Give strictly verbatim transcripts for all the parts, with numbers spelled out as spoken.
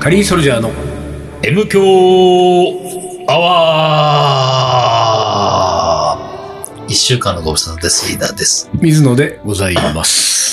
カリーソルジャーの M 強アワー。一週間のご無沙汰です。リーダーです。 水野でございます。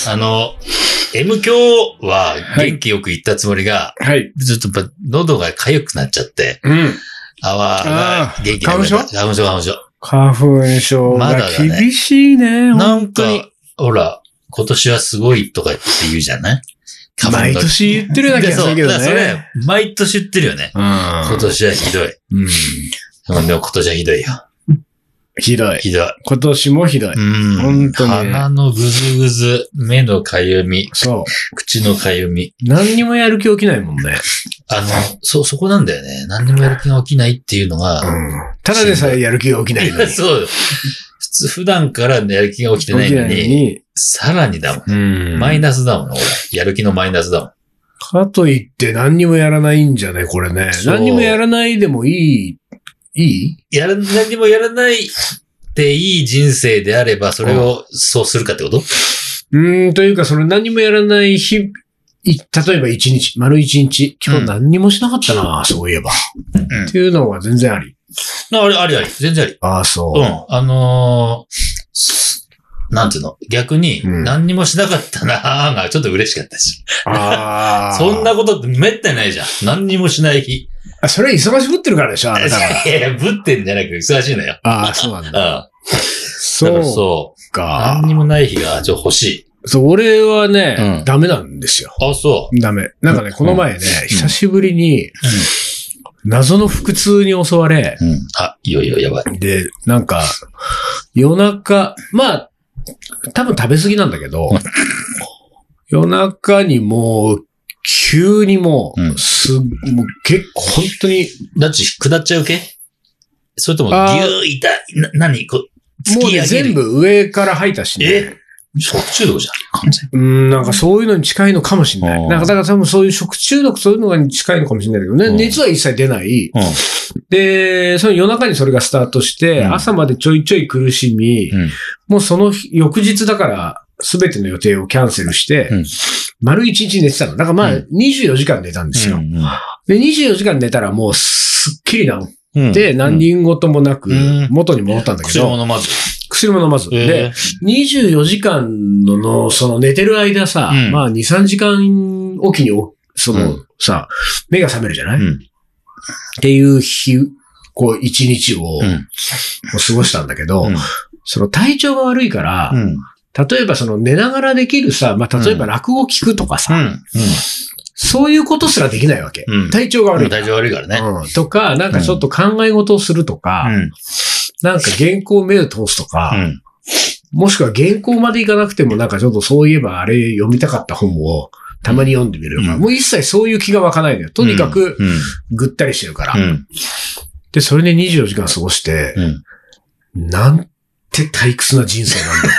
あの、M 強は元気よく言ったつもりが、はい。ずっと喉が痒くなっちゃって、うん。アワーが元気なくなった。花粉症花粉症花粉症が厳しいね。 なんか、ほら、今年はすごいとかって言うじゃない毎年言ってるような気がするけどね。 そう、それ、毎年言ってるよね。うん、今年はひどい。うん。でも今年はひどいよ。 ひどい。 ひどい。 今年もひどい。うん。本当に、ね。 鼻のぐずぐず、目のかゆみ。そう。口のかゆみ。 何にもやる気起きないもんね。 あの、そ、そこなんだよね。何にもやる気が起きないっていうのが。うん。 ただでさえやる気が起きないのに。 そう。普通、普段からやる気が起きてないのに。起きないのにさらにだもん。うん。マイナスだもん、俺。やる気のマイナスだもん。 かといって何にもやらないんじゃね、これね。何にもやらないでもいい。いいやら、何にもやらないっていい人生であれば、それをそうするかってこと？ うーん、というか、その何もやらない日、例えば一日、丸一日、今日何にもしなかったな、うん、そういえば、うん。っていうのは全然あり。 あり、ありあり、全然あり。 ああ、そう。 うん。あのー、なんていうの逆に、何にもしなかったなーがちょっと嬉しかったし。ああ。そんなことってめったにないじゃん。何にもしない日。 あ、それ忙しぶってるからでしょあなたが。 いやいや、ぶってんじゃなく忙しいのよ。 ああ、そうなんだ。 うん。そうそうか。何にもない日がちょっと欲しい。 そう、俺はね、うん、ダメなんですよ。 あ、そう。 ダメ。なんかね、この前ね、うん、久しぶりに、うん、謎の腹痛に襲われ、 うん、あ、いよいよやばい。 で、なんか、夜中、まあ、多分食べ過ぎなんだけど、夜中にもう、急にもう、す、もう結構本当に。 だっち、下っちゃう系それとも、ぎゅー痛い、な、なにこう、もうね、全部上から吐いたしね。 え食中毒じゃん、完全に。うん、なんかそういうのに近いのかもしれない。なんか、だから多分そういう食中毒、そういうのに近いのかもしれないけどね。熱は一切出ない。うん、で、その夜中にそれがスタートして、うん、朝までちょいちょい苦しみ、うん、もうその翌日だから、すべての予定をキャンセルして、うん、丸一日寝てたの。だからまあ、にじゅうよじかん寝たんですよ。うんうん、で、にじゅうよじかん寝たらもうすっきり治って、うん、何人事もなく、元に戻ったんだけど。 薬も飲まず。 薬も飲まず。えー、で、にじゅうよじかんの、のその寝てる間さ、うん、まあ、に、さんじかんおきに、その、うん、さ、目が覚めるじゃない、うん、っていう日、こう、一日を、うん、過ごしたんだけど、うん、その体調が悪いから、うん例えばその寝ながらできるさ、まあ、例えば落語聞くとかさ、うんうん、そういうことすらできないわけ。うん、体調が悪いから。 体調悪いからね、 うん。とか、なんかちょっと考え事をするとか、うん、なんか原稿目を通すとか、うん、もしくは原稿までいかなくてもなんかちょっとそういえばあれ読みたかった本をたまに読んでみるとか、うん、もう一切そういう気が湧かないのよ。とにかくぐったりしてるから。うん、で、それでにじゅうよじかん過ごして、うん、なんって退屈な人生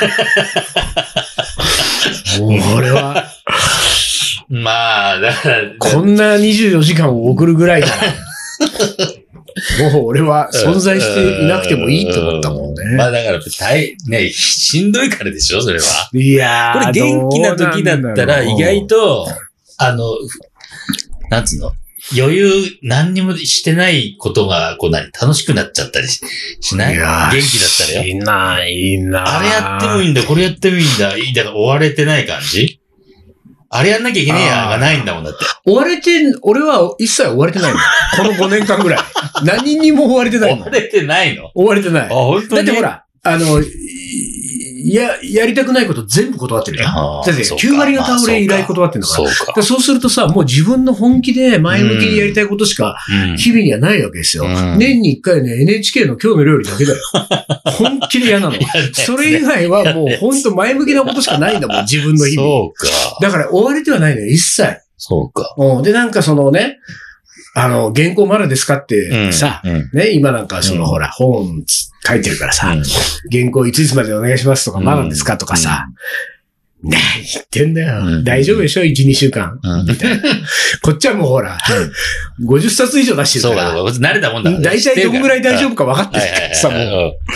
なんだ。もう俺は。 まあ、だから。 こんなにじゅうよじかんを送るぐらいなら。もう俺は存在していなくてもいいと思ったもんね。 まあだから、大、ね、しんどいからでしょ、それは。 いやー。 これ元気な時だったら意外と、あの、なんつうの余裕、何にもしてないことが、こう何、楽しくなっちゃったり し, しない？いや元気だったらよ。 しないな。 あれやってもいいんだ、これやってもいいんだ、いいだから追われてない感じ？あれやんなきゃいけねえやがないんだもんだって。 追われて、俺は一切追われてないの。このごねんかんぐらい。何にも追われてないの。 追われてないの？ 追われてない。あ、 本当に？ だってほら、あの、いや、やりたくないこと全部断ってるよ。だってきゅうわりがた俺依頼断ってんだから。そうか。そうするとさ、もう自分の本気で前向きにやりたいことしか日々にはないわけですよ。うん、年にいっかいね、エヌエイチケー の今日の料理だけだよ。本気で嫌なの。それ以外はもう本当前向きなことしかないんだもん、自分の日々。 そうか。 だから追われてはないのよ、一切。 そうか。 うん。で、なんかそのね、あの、原稿まだですかってさ、うんうん、ね、今なんかその、うん、ほら、本書いてるからさ、うん、原稿いついつまでお願いしますとか、まだですかとかさ、うん、何言ってんだよ。うん、大丈夫でしょ ?いち、にしゅうかん。うん、みたいな。こっちはもうほら、うん、ごじゅっさつ以上出してるから。 そうか、慣れたもんだから。 大体どんぐらい大丈夫か分かってるさ、もう。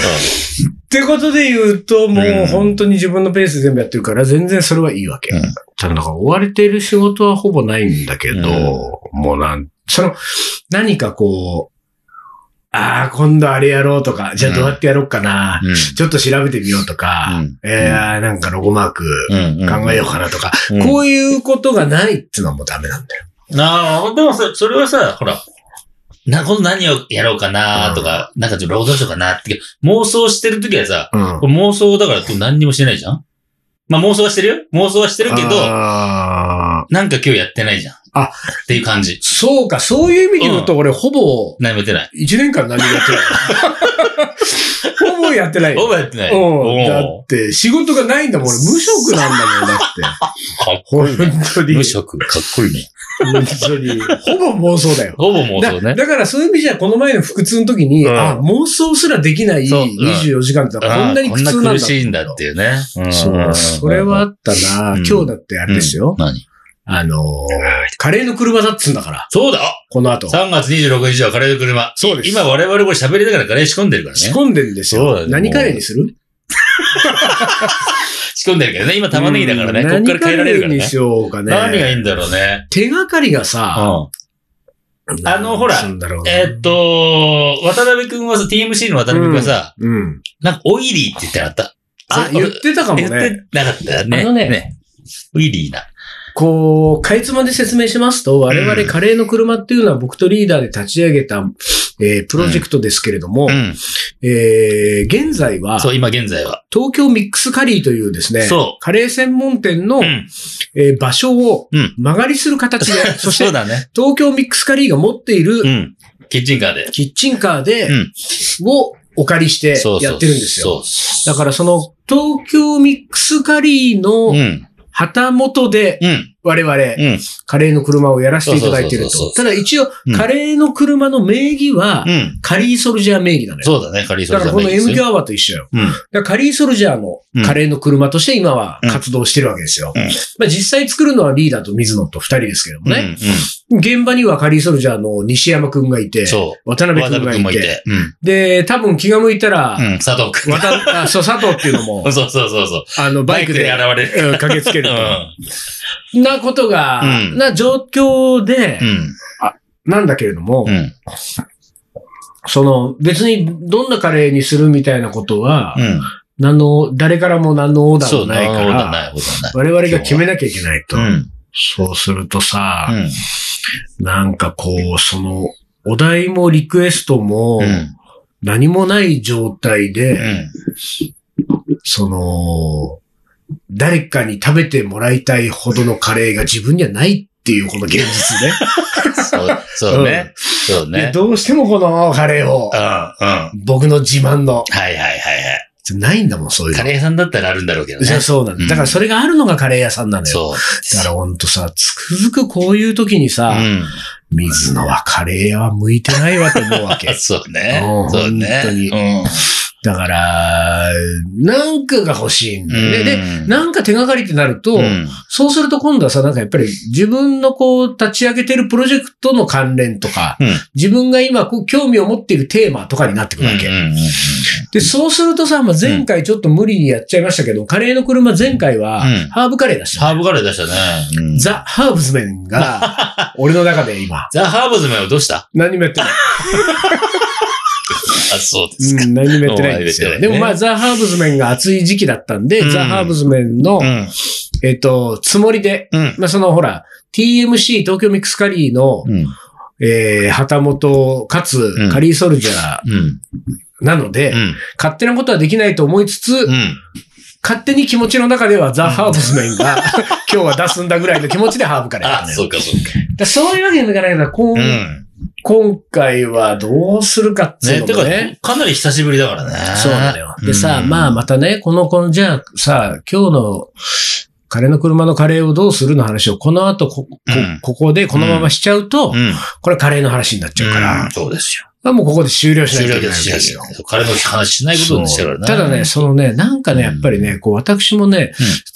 ってことで言うと、もう本当に自分のペースで全部やってるから、全然それはいいわけ。うんただから追われている仕事はほぼないんだけど、うん、もうなん、その、何かこう、ああ、今度あれやろうとか、じゃあどうやってやろうかな、うん、ちょっと調べてみようとか、うん、えー、なんかロゴマーク考えようかなとか、うん、こういうことがないっていうのはもうダメなんだよ。 ああ、でもそそれはさ、ほら、な、今度何をやろうかなとか、うん、なんかちょっとロゴどうしようかなって、妄想してるときはさ、うん、妄想だから何にもしてないじゃん。まあ妄想はしてるよ。妄想はしてるけど、なんか今日やってないじゃん。あ、っていう感じ。 そうか、そういう意味で言うと、うん、俺ほぼ、 何もやってない。 一年間何もやってない。ほぼやってない。 ほぼやってない。 うん。だって、仕事がないんだもん。俺無職なんだもん、だって。かっこいい、ね。本当に。無職、かっこいいね。 本当に。ほぼ妄想だよ。 ほぼ妄想ね。 だ, だからそういう意味じゃ、この前の腹痛の時に、うん、あ、妄想すらできないにじゅうよじかんってこんなに苦痛なんだ。こんな苦しいんだっていうね。 うん、そう。それはあったな、うん、今日だってあれですよ。 うん、何あのー、カレーの車だっつうんだから。 そうだこの後。 さんがつにじゅうろくにちはカレーの車。 そうです。 今我々これ喋りながらカレー仕込んでるからね。 仕込んでるんですよ。そうだね。何カレーにする仕込んでるけどね。今玉ねぎだからね。こっから変えられるからね。 何カレーにしようかね。 何がいいんだろうね。 手がかりがさ、 うん、あの、ほら、ね、えー、っと、渡辺くんはさ、ティーエムシー の渡辺くんはさ、うんうん、なんかオイリーって言ってなかった。 あ、言ってたかもね。 言ってなかったよね。あのね、ねオイリーな。 こう、かいつまで説明しますと、我々カレーの車っていうのは僕とリーダーで立ち上げた、えー、プロジェクトですけれども、うん、えー、現在は、 そう、今現在は、 東京ミックスカリーというですね、 そうカレー専門店の、うんえー、場所を間借りする形で、うん、そして、 そうだね、 東京ミックスカリーが持っている、 うん、キッチンカーで、 キッチンカーで、うん、をお借りしてやってるんですよ。そうそうだからその、東京ミックスカリーの、うん旗元で、我々、カレーの車をやらせていただいていると。ただ一応、カレーの車の名義は、カリーソルジャー名義なのよ。 そうだね、カリーソルジャー名義。 だからこの エムキュー アワーと一緒よ。だからカリーソルジャーのカレーの車として今は活動してるわけですよ。まあ実際作るのはリーダーと水野と二人ですけどもね。現場にはカリーソルジャーの西山くんがいて、渡辺くんがいて、で、多分気が向いたら、 佐藤くん。 あ、そう、佐藤っていうのも、 そうそうそうそう。 あの、バイクで現れる。 駆けつけると。なことが、な状況で、あ、なんだけれども、その、別にどんなカレーにするみたいなことは、何の、誰からも何のオーダーもないから、我々が決めなきゃいけないと。そうするとさ、うん、なんかこう、その、お題もリクエストも、何もない状態で、うん、その、誰かに食べてもらいたいほどのカレーが自分にはないっていうこの現実ね。 そう、そうね。うん、そうね。 どうしてもこのカレーを、うんうん、僕の自慢の、 はいはいはいはい。 ないんだもん、そういうの。 カレー屋さんだったらあるんだろうけどね。 そうなんだ。だからそれがあるのがカレー屋さんなのよ。そう。だからほんとさ、つくづくこういう時にさ、うん、水野はカレー屋は向いてないわと思うわけ。 そうね。 うん、そうね。本当に。うんだから、なんかが欲しいんだよね。で、なんか手がかりってなると、うん、そうすると今度はさ、なんかやっぱり自分のこう立ち上げてるプロジェクトの関連とか、うん、自分が今こう興味を持っているテーマとかになってくるわけ。で、そうするとさ、まあ、前回ちょっと無理にやっちゃいましたけど、カレーの車前回は、ハーブカレー出した、ね。 ハーブカレー出したね。 うん、ザ・ハーブズメンが、俺の中で今。 ザ・ハーブズメンはどうした何にもやってない。 あ、そうですか。 うん、何もやってないんですよ。ね、でもまあ、ザ・ハーブズメンが熱い時期だったんで、うん、ザ・ハーブズメンの、うん、えっと、つもりで、うん、まあそのほら、ティーエムシー 東京ミックスカリーの、うん、えー、旗本かつ、うん、カリーソルジャーなので、うん、勝手なことはできないと思いつつ、うん、勝手に気持ちの中ではザ・ハーブズメンが、今日は出すんだぐらいの気持ちでハーブカレー、ね。 あ、そうかそうか。 だそういうわけにもいかないから、こう、うん今回はどうするかっていうのもね。 ね、か、かなり久しぶりだからね。 そうなのよ。でさ、うん、まあまたね、この、この、じゃあさ、今日のカレーの車のカレーをどうするの話をこの後こ、こ、うん、ここでこのまましちゃうと、うん、これカレーの話になっちゃうから。 うん、そうですよ。 もうここで終了しないといけないんですよ。 カレーの話しないことにしてるからね。 ただね、そのね、なんかね、やっぱりね、こう私もね、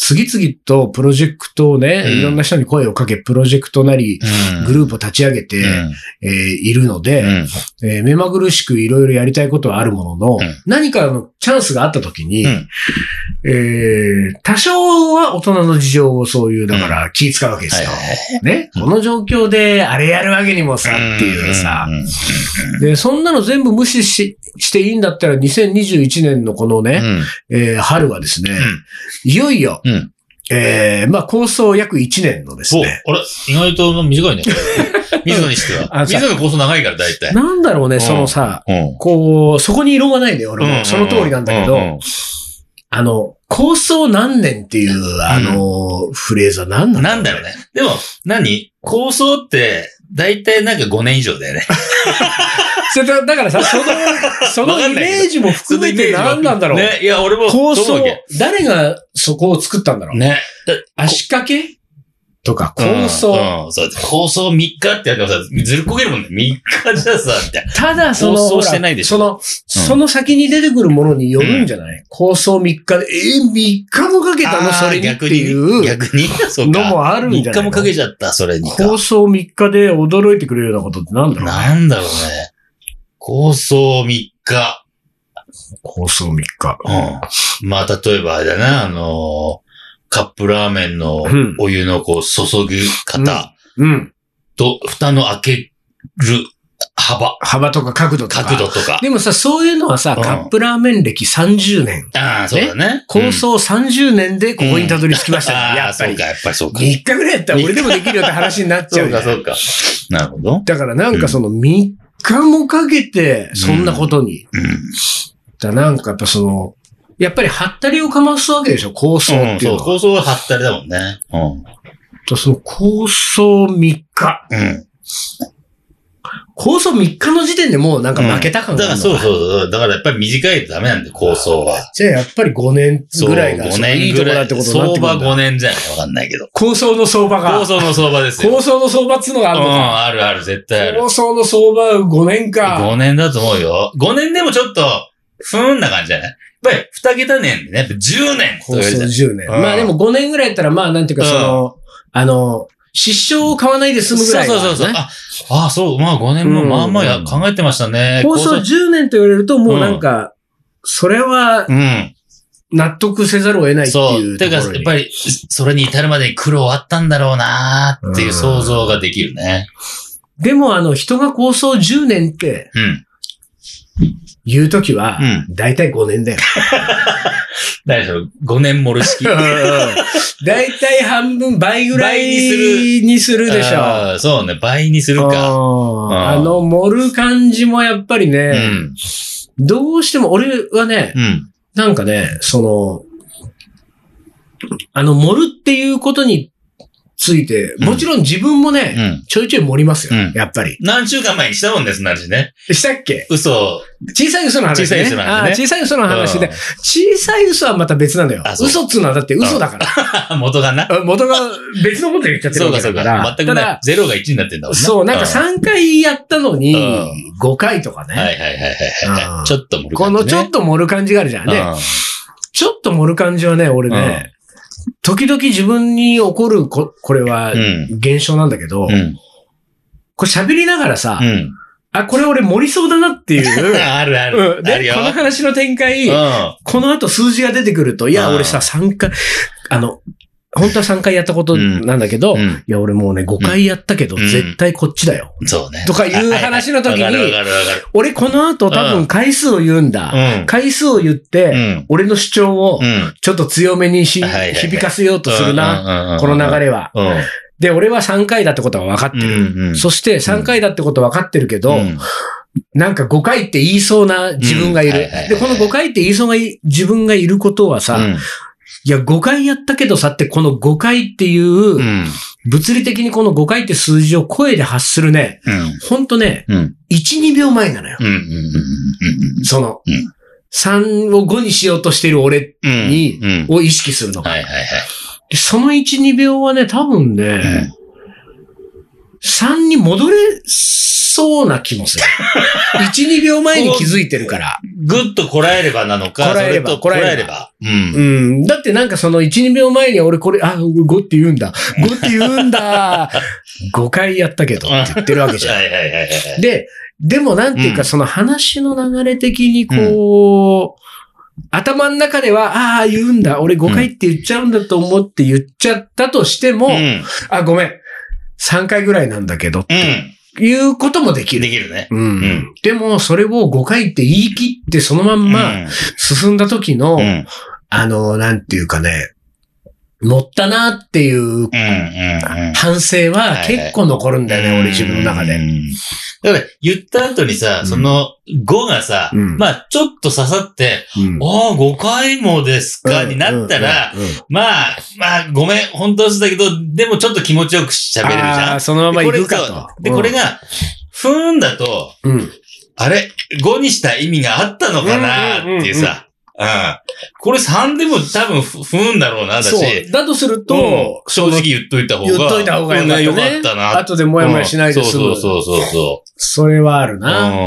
次々とプロジェクトをね、うん、いろんな人に声をかけ、プロジェクトなり、うん、グループを立ち上げて、うんえー、いるので、うんえー、目まぐるしくいろいろやりたいことはあるものの、うん、何かのチャンスがあった時に、うんえー、多少は大人の事情をそういう、だから気使うわけですよ。うん、ね、うん、この状況であれやるわけにもさ、っていうさ、うん、で、そんなの全部無視し、していいんだったらにせんにじゅういちねんのこのね、うんえー、春はですね、うん、いよいよ、うんえー、まあ構想約いちねんのですね。 お、あれ意外と短いね。水野にしては。水野の構想長いから大体。 なんだろうね、そのさ、うん、こう、そこに異論はないね、俺も。うんうんうん、その通りなんだけど、うんうん、あの、構想何年っていう、あの、うん、フレーズは何なんだろう、ね、 なんだろうね。でも、何構想って、大体なんかごねん以上だよね。 それだからさ、その、そのイメージも含めて何なんだろう。 ね、いや、俺も。 構想、誰がそこを作ったんだろう。ね。足掛けとか、構想、 うんうん。そう。構想みっかってやってもさ、ずるっこげるもんね。みっかじゃさ、みたいな。 ただ、その、 構想してないでしょ。 その、うん、その先に出てくるものによるんじゃない、うん、構想みっかで、えー、みっかもかけたのそれにっていう。 逆にそうか。 のもあるんじゃないの ?みっかもかけちゃった、それに。 構想みっかで驚いてくれるようなことってなんだろうね。 なんだろうね。構想みっか。 構想みっか。 うん。まあ、例えばあれだな、あのー、カップラーメンのお湯のこう注ぐ方。うん。うん、と、蓋の開ける幅。 幅とか角度とか。 角度とか。 でもさ、そういうのはさ、うん、カップラーメン歴さんじゅうねん。 ああ、そうだね。 構想さんじゅうねんでここにたどり着きましたね、うん、やっぱり。 そうか、やっぱりそうか。 みっかぐらいやったら俺でもできるよって話になっちゃう。 そうか、そうか。なるほど。 だからなんかそのみっかもかけて、そんなことに。うん。うん、だなんかやっぱその、やっぱりハったりをかますわけでしょ、構想っていうのは。うん、そう、 構想はハったりだもんね。うん。 と、その構想みっか。うん。構想みっかの時点でもうなんか負けた感があるの、うん、 だからそうそうそう。だからやっぱり短いとダメなんだよ、構想は。 じゃあやっぱりごねんぐらいがごねんいいとこだってことになってくるんだ。相場ごねんじゃないわかんないけど。 構想の相場が。 構想の相場ですよ。 構想の相場っつうのがあるのか。うん、 あるある、絶対ある。 構想の相場ごねんか。 ごねんだと思うよ。ごねんでもちょっと、ふーんな感じじゃない？やっぱり、二桁年でね、やっぱじゅうねん。 構想じゅうねん。まあでもごねんぐらいやったら、まあなんていうかその、うん、あの、失笑を買わないで済むぐらい、ね。 そうそうそうそう。あ、あそう、まあごねんもまあまあや、考えてましたね。 構想じゅうねんと言われると、もうなんか、うん、それは、納得せざるを得ないっていうところに。 そう。てか、やっぱり、それに至るまでに苦労あったんだろうなーっていう想像ができるね。 でもあの、人が構想じゅうねんって、うん。言うときは、だいたいごねんだよ。 大丈夫。ごねんモル式。 だいたい半分、倍ぐらいにするでしょ。 そうね、倍にするか。 あの、盛る感じもやっぱりね、うん、どうしても俺はね、うん、なんかね、その、あの、盛るっていうことについて、もちろん自分もね、うん、ちょいちょい盛りますよ、うん、やっぱり。 何週間前にしたもんです、なじね。 したっけ？ 嘘。 小さい嘘の話ね。 小さい嘘の話ね。 小さい嘘の話で、小さい嘘はまた別なんだよ。嘘っつうのはだって嘘だから。 元がな。 元が別のこと言っちゃってるわけだから。 そうかそうか。全くない。ゼロがいちになってんだもんね。 そう、なんかさんかいやったのに、ごかいとかね。 はいはいはいはい。ちょっと盛る感じ。 このちょっと盛る感じがあるじゃんね。ちょっと盛る感じはね、俺ね、時々自分に起こるこ、これは現象なんだけど、これ喋りながらさ、あ、これ俺盛りそうだなっていう。 あるある。 うん、で、この話の展開、うん、この後数字が出てくると、いや、俺さ、さんかい、あの、本当はさんかいやったことなんだけど、うん、いや、俺もうね、ごかいやったけど、うん、絶対こっちだよ。 そうね。 とかいう話の時に、俺この後多分回数を言うんだ。うん、回数を言って、うん、俺の主張をちょっと強めにし、響かせようとするな、この流れは。うんで、俺はさんかいだってことは分かってる。うんうん、そしてさんかいだってことは分かってるけど、うん、なんかごかいって言いそうな自分がいる。で、このごかいって言いそうな自分がいることはさ、うん、いや、ごかいやったけどさってこのごかいっていう、うん、物理的にこのごかいって数字を声で発するね、うん、ほんとね、うん、いち、にびょうまえなのよ。その、うん、さんをごにしようとしている俺に、うんうん、を意識するのが。はいはいはいでそのいち、にびょうはね、多分ね、うん、さんに戻れそそうな気もする。いち、にびょうまえに気づいてるから。 ぐっとこらえればなのか、 こらえれば、 こらえれば。 うん。うん。だってなんかそのいち、にびょうまえに俺これ、あ、ごって言うんだ。ごって言うんだ。ごかいやったけどって言ってるわけじゃん。はいはいはいはい。で、でもなんていうか、その話の流れ的にこう、うん、頭の中では、ああ、言うんだ。俺ごかいって言っちゃうんだと思って言っちゃったとしても、うん、あ、ごめん。さんかいぐらいなんだけどって。うんいうこともできる。 できるね。 うん。うん、でも、それをごかいって言い切ってそのまんま進んだ時の、うん、あの、なんていうかね、乗ったなっていう反省は結構残るんだよね、うんうん、俺自分の中で。うん、 だから言った後にさ、そのごがさ、うん、まあちょっと刺さって、うん、ああ、ごかいもですか、うん、になったら、うんうんうん、まあ、まあごめん、本当だけど、でもちょっと気持ちよく喋れるじゃん。 あそのまま行くかと。 で、これが、ふーんだと、うん、あれ ?ご にした意味があったのかなっていうさ、うん。これさんでも多分ふ、ふーんだろうな、だし。 そう。だとすると、うん、 正直言っといた方が。 言っといた方がよかったね。よかったな。後でもやもやしないで済む。 うん、そうそうそうそう。 それはあるな。うん、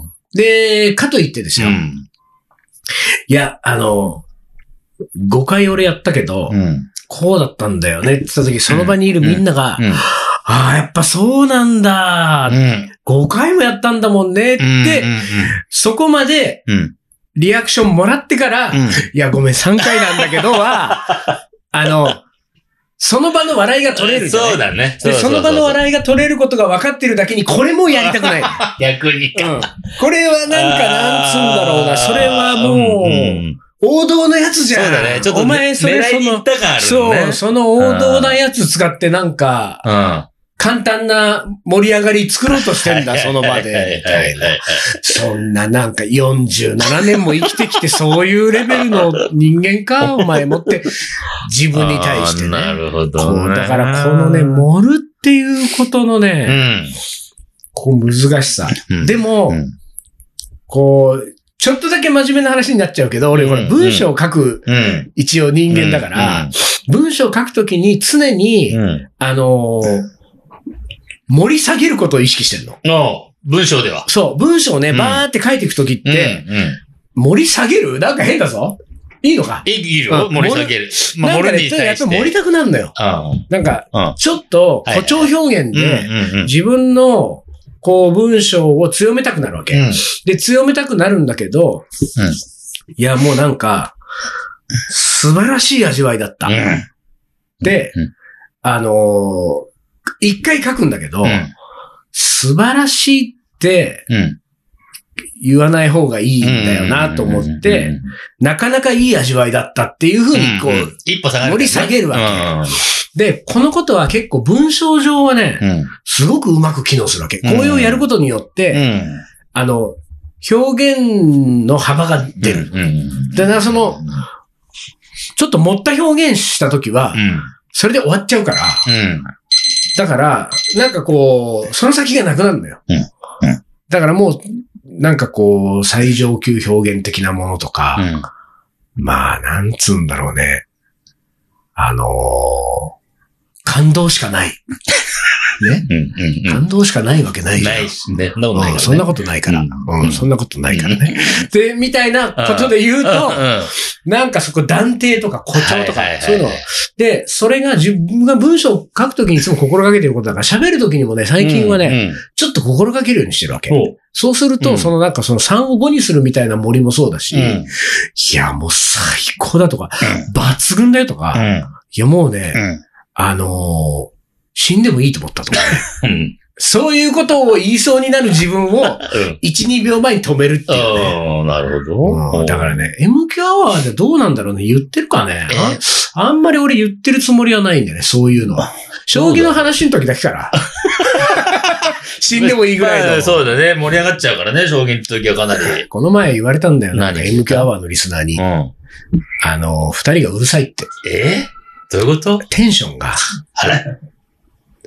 で、かといってですよ。うん、いや、あの、ごかい俺やったけど、うん、こうだったんだよねって言った時、その場にいるみんなが、うんうん、ああ、やっぱそうなんだ、うん、ごかいもやったんだもんねって、うんうんうん、そこまで、うんリアクションもらってから、うん、いや、ごめん、さんかいなんだけどは、あの、その場の笑いが取れるじゃない。 そうだね。 で、その場の笑いが取れることが分かってるだけに、これもやりたくない。 逆に、 うん。これはなんか、なんつうんだろうな。それはもう、うん、王道のやつじゃん。 そうだね。ちょっと、お前、それ、その、 そう、その王道なやつ使ってなんか、うん簡単な盛り上がり作ろうとしてんだ、その場で。みたいな。そんななんかよんじゅうななねんも生きてきてそういうレベルの人間か、お前もって。自分に対してね。 なるほど、 ね。だからこのね、盛るっていうことのね、うん、こう難しさ。うん、でも、うん、こう、ちょっとだけ真面目な話になっちゃうけど、俺これ文章を書く、うん、一応人間だから、うん、文章を書くときに常に、うん、あのー、盛り下げることを意識してんの。 ああ、文章では。 そう、文章をね、うん、バーって書いていくときって、うんうん、盛り下げるなんか変だぞ。いいのかいいよ、盛り下げる。 まあ、盛りに対して。やっぱ盛りたくなるんだよ。なんか、ちょっと誇張表現で、自分の、こう、文章を強めたくなるわけ。うん、で、強めたくなるんだけど、うん、いや、もうなんか、素晴らしい味わいだった。うん、で、うん、あのー、一回書くんだけど、うん、素晴らしいって言わない方がいいんだよなと思って、なかなかいい味わいだったっていうふうにこう、うんうん、 一歩下がる、ね、 盛り下げるわけ、うん。で、このことは結構文章上はね、うん、すごくうまく機能するわけ。こういうをやることによって、うん、あの、表現の幅が出る。うんうん、で、な、その、ちょっと持った表現したときは、うん、それで終わっちゃうから、うんだから、なんかこう、その先がなくなるんだよ。うんうん、だからもう、なんかこう、最上級表現的なものとか、うん、まあ、なんつうんだろうね。あのー、感動しかない。ね、うんうんうん、感動しかないわけないじゃん。 ないしね。そんなことないからね。 そんなことないから。うんうん、そんなことないからね。で、みたいなことで言うと、なんかそこ断定とか誇張とか、そういうの。で、それが自分が文章を書くときにいつも心がけてることだから、喋るときにもね、最近はね、うんうん、ちょっと心がけるようにしてるわけ。そうすると、うん、そのなんかそのさんをごにするみたいな森もそうだし、うん、いや、もう最高だとか、うん、抜群だよとか、うん、いや、もうね、うん、あのー、死んでもいいと思ったとかね。うんそういうことを言いそうになる自分をいち、にびょうまえに止めるっていうね。 ああ、なるほど、 うん。だからね、エムキュー アワーでどうなんだろうね。言ってるかねあ。あんまり俺言ってるつもりはないんだよね、そういうのは。将棋の話の時だけから。死んでもいいぐらいの、 まあ。そうだね。盛り上がっちゃうからね、将棋の時はかなり。 この前言われたんだよな、エムキュー アワーのリスナーに。うん、あの、二人がうるさいって。 えどういうことテンションが。 あれ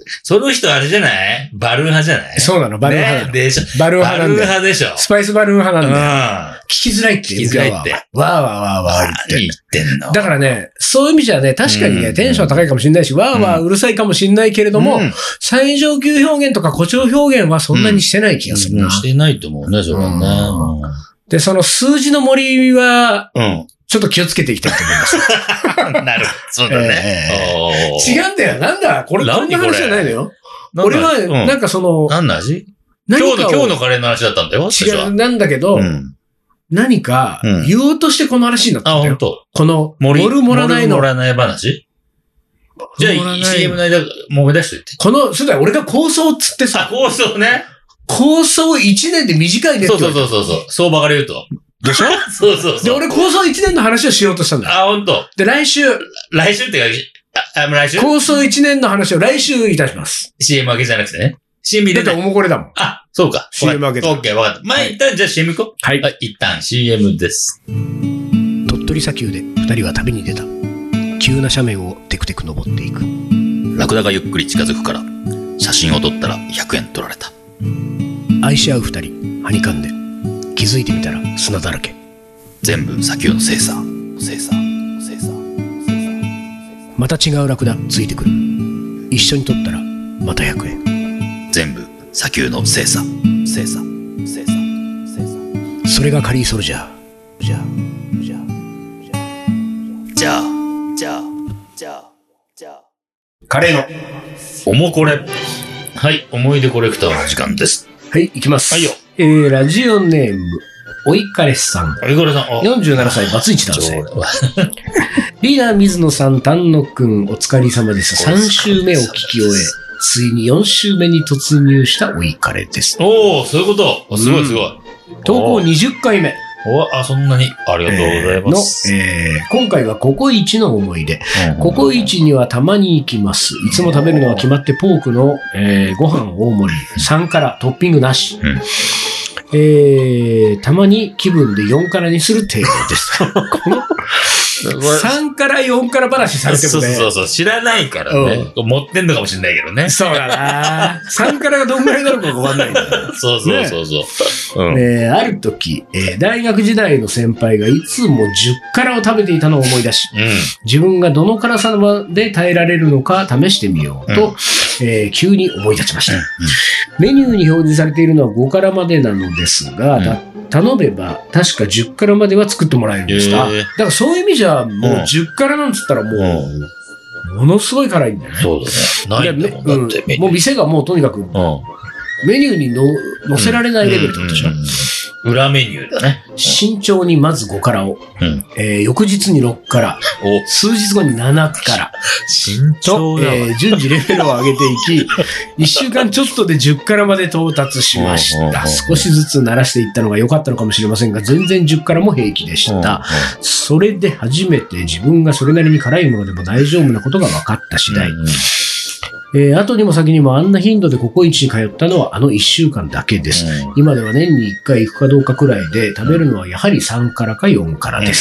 その人あれじゃないバルーン派じゃないそうなの、バルーン派なの。 ね、でしょ。 バルーン派なんだよ。 バルーン派でしょ。 スパイスバルーン派なんだよ。 うん。 聞きづらいって聞きづらいって。 わーわーわーわー言言ってんの。 だからね、そういう意味じゃね、確かにね、 うんテンション高いかもしれないし、わーわーうるさいかもしれないけれども、 うん、 最上級表現とか誇張表現はそんなにしてない気がするな。 うん、してないと思うね、それはね。 で、その数字の森は、 うん。 ちょっと気をつけていきたいと思います。 なるほど。そうだね。 えー、違うんだよ。なんだこれ、こんな話じゃないのよ。俺は、 うん、 なんかその、 何の味今日の、今日のカレーの話だったんだよ。 違う、なんだけど、うん、何か、言おうとしてこの話になったんだよ。 あ、本当。 この、 盛る盛らないの。 盛る盛らない話じゃあ、シーエム の間、もめ出しといて。 この、そうだよ、俺が構想っつってさ。 あ、構想ね。 構想いちねんで短いねって。 そうそうそうそう。相場から言うと。 でしょそうそうそう。 で、俺構想いちねんの話をしようとしたんだよ。 あ、ほんと。 で、来週。 来週ってか、あ、来週構想いちねんの話を来週いたします。 シーエム 明けじゃなくてね。シーエム 入れだっておもこれだもん。 あ、そうか。 シーエム 明けだ。 オッケー、わかった。まあ、一旦じゃあ シーエム 行こう。 はい。 一旦 シーエム です。 鳥取砂丘で二人は旅に出た。急な斜面をテクテク登っていく。 ラクダがゆっくり近づくから、写真を撮ったらひゃくえん取られた。 愛し合う二人、はにかんで。気づいてみたら砂だらけ。 全部砂丘の精査。精査。精査。 また違うラクダついてくる。一緒に撮ったらまたひゃくえん。 全部砂丘の精査。精査。精査。精査。 それがカリーソルジャー。じゃあ、じゃあ、 じゃあ、じゃあ、じゃあ、じゃあ。 カレーの。 おもこれ。はい、思い出コレクターの時間です。 はい、いきます。 はいよ。 えー、ラジオネーム、おいかれさん。 おいかれさん。 よんじゅうななさい、バツイチ男性。リーダー水野さん、丹野くん、お疲れ様です。さん週目を聞き終え、ついによん週目に突入したおいかれです。 おー、そういうことすごいすごい。 投稿にじゅっかいめ。 おあ、そんなに。ありがとうございます。 えー、の、えー、今回はココイチの思い出。ココイチにはたまに行きます。いつも食べるのは決まってポークの、えー、ご飯大盛り。さんからトッピングなし。うん、えー、たまに気分でよんからにする程度です。このさんからよんから話されてもね。 そうそうそう、知らないからね。うん、持ってんのかもしれないけどね。 そうだなさんからがどんぐらいになるかわかんないんだよ。 そうそうそうそう、ね。うん、 えー、ある時、えー、大学時代の先輩がいつもじゅっからを食べていたのを思い出し、うん、自分がどの辛さまで耐えられるのか試してみようと、うんえー、急に思い立ちました、うんうん。メニューに表示されているのはごからまでなのですが、うん頼めば、確かじゅっからまでは作ってもらえるんですか、えー、だからそういう意味じゃ、もうじゅっからなんつったらもう、うん、ものすごい辛いんだよね。 そうだね。ないんだもん、だって、 うん。もう店がもうとにかく、うん、メニューにの載せられないレベルってことでしょ、うんうんうん裏メニューだね。 慎重にまずごからを、うんえー、翌日にろっから、数日後にななから、 慎重だわ、 と、えー、順次レベルを上げていき、いっしゅうかんちょっとでじゅっからまで到達しました。少しずつ慣らしていったのが良かったのかもしれませんが、全然じゅっからも平気でした。それで初めて自分がそれなりに辛いものでも大丈夫なことが分かった次第。うんうんえー、後にも先にもあんな頻度でココイチに通ったのはあのいっしゅうかんだけです。うん、今では年にいっかい行くかどうかくらいで食べるのはやはりさんからかよんからです。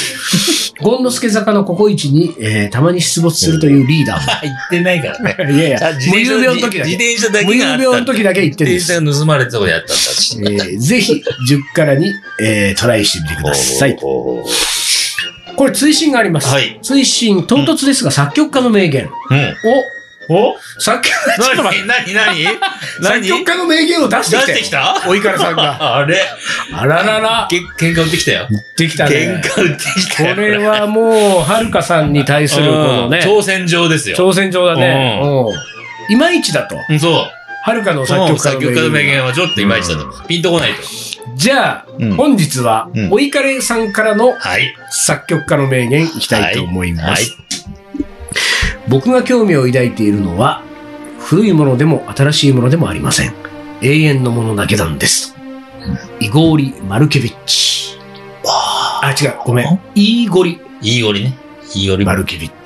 ゴンノスケ坂のココイチに、えー、たまに出没するというリーダーも。 行ってないからね。 いやいや、無遊病の時だけ。 自転車だけ無遊病の時だけ行ってるんです。 自転車が盗まれたとこやったんだし。 えー、ぜひじゅっからに、えー、トライしてみてください。これ追伸があります。はい、追伸、唐突ですが、うん、作曲家の名言。うん、おお作曲家、 ちょっと待って。何何何作曲家の名言を出してきた。 出してきたおいからさんが。 あれあららら。 け喧嘩売ってきたよ。 売ってきたね。 喧嘩売ってきたよ。 これはもう、はるかさんに対するこのね。 挑戦状ですよ。 挑戦状だね。うん。いまいちだと。 そう。 はるかの作曲家の名言。 作曲家の名言はちょっといまいちだと。ピンとこないと。 じゃあ、本日は、おいかれさんからの作曲家の名言いきたいと思います。僕が興味を抱いているのは、古いものでも新しいものでもありません。永遠のものだけなんです。イゴーリ・マルケビッチ。あ、違う、ごめん。イーゴリ。 イーゴリね。イーゴリ。 マルケビッチ。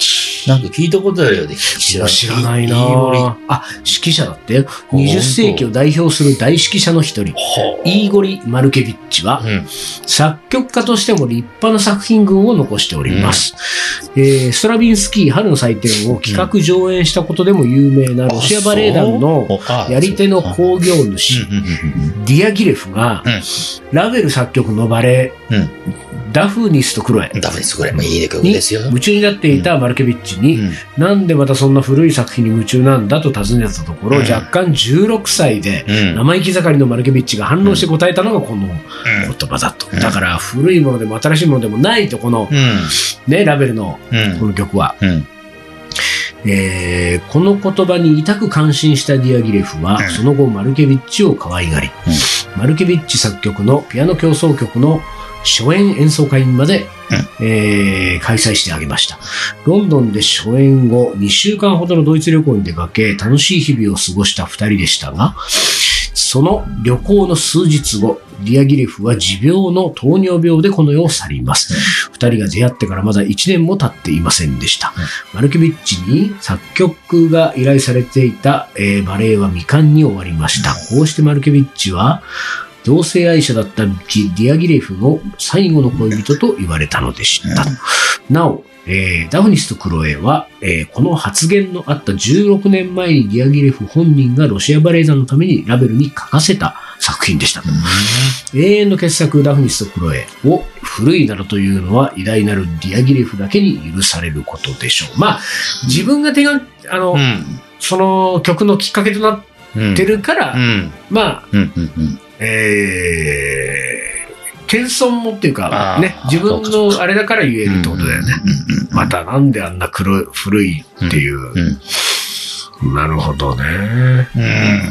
なんか聞いたことあるよね、 知らないなぁ。あ、指揮者だって。にじゅっ世紀を代表する大指揮者の一人、イーゴリ・マルケビッチは、うん、作曲家としても立派な作品群を残しております。うん、えー、ストラビンスキー春の祭典を企画上演したことでも有名なロシアバレエ団のやり手の興行主、ディアギレフが、うん、ラヴェル作曲のバレエ、うんダフニスとクロエ。 ダフニスとクロエもいい曲ですよ。 夢中になっていたマルケビッチに、うん、なんでまたそんな古い作品に夢中なんだと尋ねたところ、うん、若干じゅうろくさいで、うん、生意気盛りのマルケビッチが反応して答えたのがこの言葉だと。うん、だから古いものでも新しいものでもないと、この、うん、ね、ラヴェルのこの曲は。うんえー、この言葉に痛く感心したディアギレフは、うん、その後マルケビッチを可愛がり、うん、マルケビッチ作曲のピアノ協奏曲の初演演奏会まで、うんえー、開催してあげました。ロンドンで初演後、にしゅうかんほどのドイツ旅行に出かけ、楽しい日々を過ごした二人でしたが、その旅行の数日後、ディアギレフは持病の糖尿病でこの世を去ります。二、うん、人が出会ってからまだ一年も経っていませんでした。うん、マルケビッチに作曲が依頼されていた、えー、バレエは未完に終わりました。こうしてマルケビッチは、同性愛者だったディアギレフの最後の恋人と言われたのでした。うん、なお、えー、ダフニスとクロエは、えー、この発言のあったじゅうろくねんまえにディアギレフ本人がロシアバレエ団のためにラヴェルに書かせた作品でした。うん、永遠の傑作ダフニスとクロエを古いなどというのは偉大なるディアギレフだけに許されることでしょう。まあ、自分が手が、あの、うん、その曲のきっかけとなってるから、うん、まあ、うんうんうんえー、謙遜もっていうか、ね、自分のあれだから言えるってことだよね。またなんであんな黒い、古いっていう。うんうん、なるほどね。うん、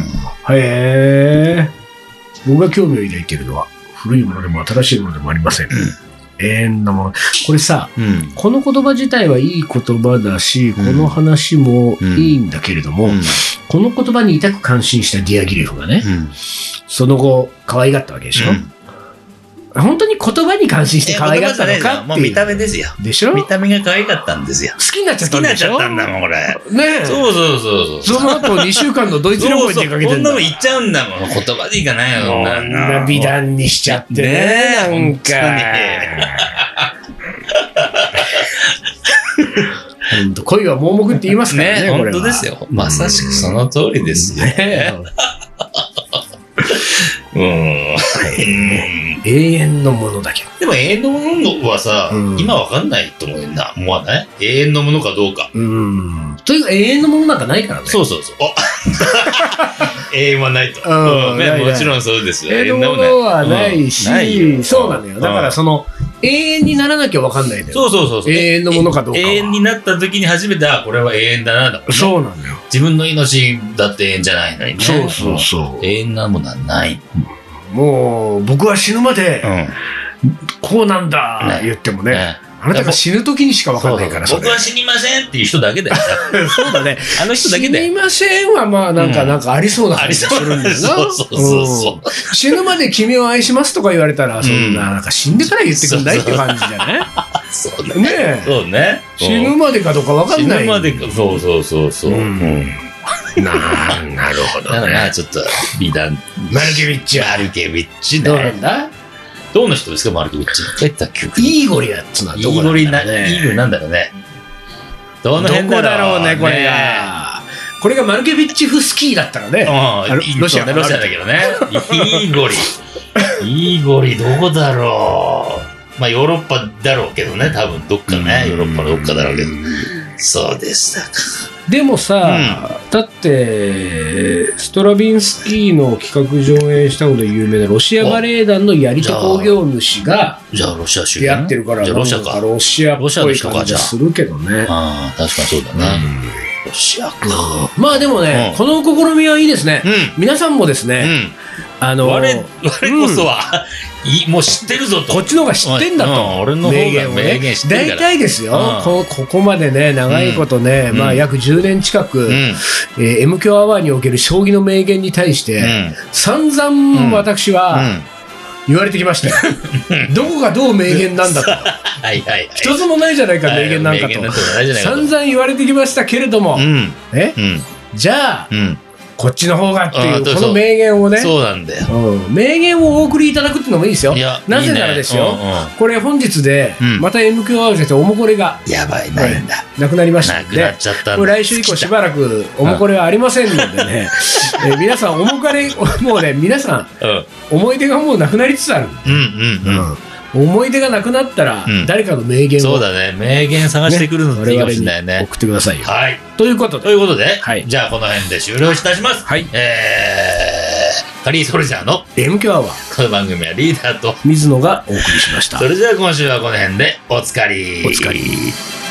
へー。僕が興味を抱いているのは、古いものでも新しいものでもありません。うん、永遠なもの。これさ、うん、この言葉自体はいい言葉だし、この話もいいんだけれども、うんうん、この言葉に痛く感心したディアギレフがね、うんその後、可愛がったわけでしょ、うん、本当に言葉に感心して可愛がったのかっていう。 もう見た目ですよ。 でしょ見た目が可愛かったんですよ。 好きになっちゃったんでしょ好きになっちゃったんだもん、これ。 ねえ。 そうそうそうそう。 その後にしゅうかんのドイツ旅行に出かけてんだ。 そんなの言っちゃうんだもん。言葉でいかないよ。 そんな美談にしちゃってね。ねなんか。本当恋は盲目って言いますからね。ね本当ですよ。まさしくその通りですよね。うん、 永遠のものだけど。 でも永遠のものはさ、うん、今わかんないと思うんだ。思わない永遠のものかどうか。 うん。というか永遠のものなんかないからね。 そうそうそう。永遠はないと。うん、ね、もちろんそうですよ。 永遠のものはないし、うん、ないそうなのよ。だからその、永遠にならなきゃわかんないんだよ。 そうそうそうそう。 永遠のものかどうか。 永遠になった時に初めて、あ、これは永遠だな、だ、ね。 そうなのよ。 自分の命だって永遠じゃないのにね。 そうそうそう。 永遠なものはない。 もう、僕は死ぬまで、うん、こうなんだ、ね、言ってもね。ねあなたが死ぬ時にしか分かんないから。 僕は死にませんっていう人だけだよ。 そうだね。 あの人だけで。 死にませんはまあなんか、うん、なんかありそうな感じがするんだよな。 そうそうそう、 うん。死ぬまで君を愛しますとか言われたら、そんな、なんか死んでから言ってくんないって感じじゃないそうだね。ねそうね。 死ぬまでかどうか分かんない。 死ぬまでか、そうそうそうそう。うんうんな, なるほど、ね。 だからちょっと美談。 マルケビッチは。 マルケビッチね。 どうなんだどの人ですか、マルケビッチ。 イーゴリだっつうのはどこだろうね。イーゴリな、 イーゴリなんだろうね。どの辺だろうね。どこだろうね、 これが。これがマルケビッチフスキーだったらね。 うん、ロシアね、ロシアだけどね。イーゴリ。イーゴリ、どこだろう。まあ、ヨーロッパだろうけどね、多分、どっかね。ヨーロッパのどっかだろうけど。そうでしたか。 でもさ、うん、だってストラビンスキーの企画上演したので有名なロシアバレエ団のやり手興行主がじゃあロシア主出会ってるからじゃあロシアかロシアっぽい感じするけどね。 ああ確かにそうだね、うん、ロシアか、 うん、まあでもね、うん、この試みはいいですね、うん、皆さんもですね、うん、あの我, 我こそは、うん、もう知ってるぞとこっちの方が知ってんだと、うん、 俺の方が名言知ってるから大体ですよ、うん、こ, ここまでね長いことね、うんまあ、約じゅうねん近く、うんえー、エム キョアワーにおける将棋の名言に対して、うん、散々私は、うん言われてきましたよ。どこがどう名言なんだと。 はいはいはい。 一つもないじゃないか、名言なんかと。散々言われてきましたけれども、うん、え、うん、じゃあ、うん、こっちの方がっていう、この名言をね。 そうなんだよ、 うん。名言をお送りいただくっていうのもいいですよ。なぜならですよ、うんうん、これ本日で、また エムキューアワーズでおもこれが、 やばい、ないんだ。 なくなりましたので、なくなっちゃったんだ。 これ来週以降しばらくおもこれはありませんのでね、えー、皆さんおもこれ、もうね、皆さん、うん、思い出がもうなくなりつつある。 うんうんうん。うん思い出がなくなったら、うん、誰かの名言を、 そうだね、名言探してくるのっていいかもしれないね。 送ってくださいよ。 はい。 ということで。 ということで、はい、じゃあこの辺で終了いたします。 はい。 えー、カリーソルジャーのエムキューアワー。 この番組はリーダーと水野がお送りしました。 それでは今週はこの辺でおつかり。 おつかり。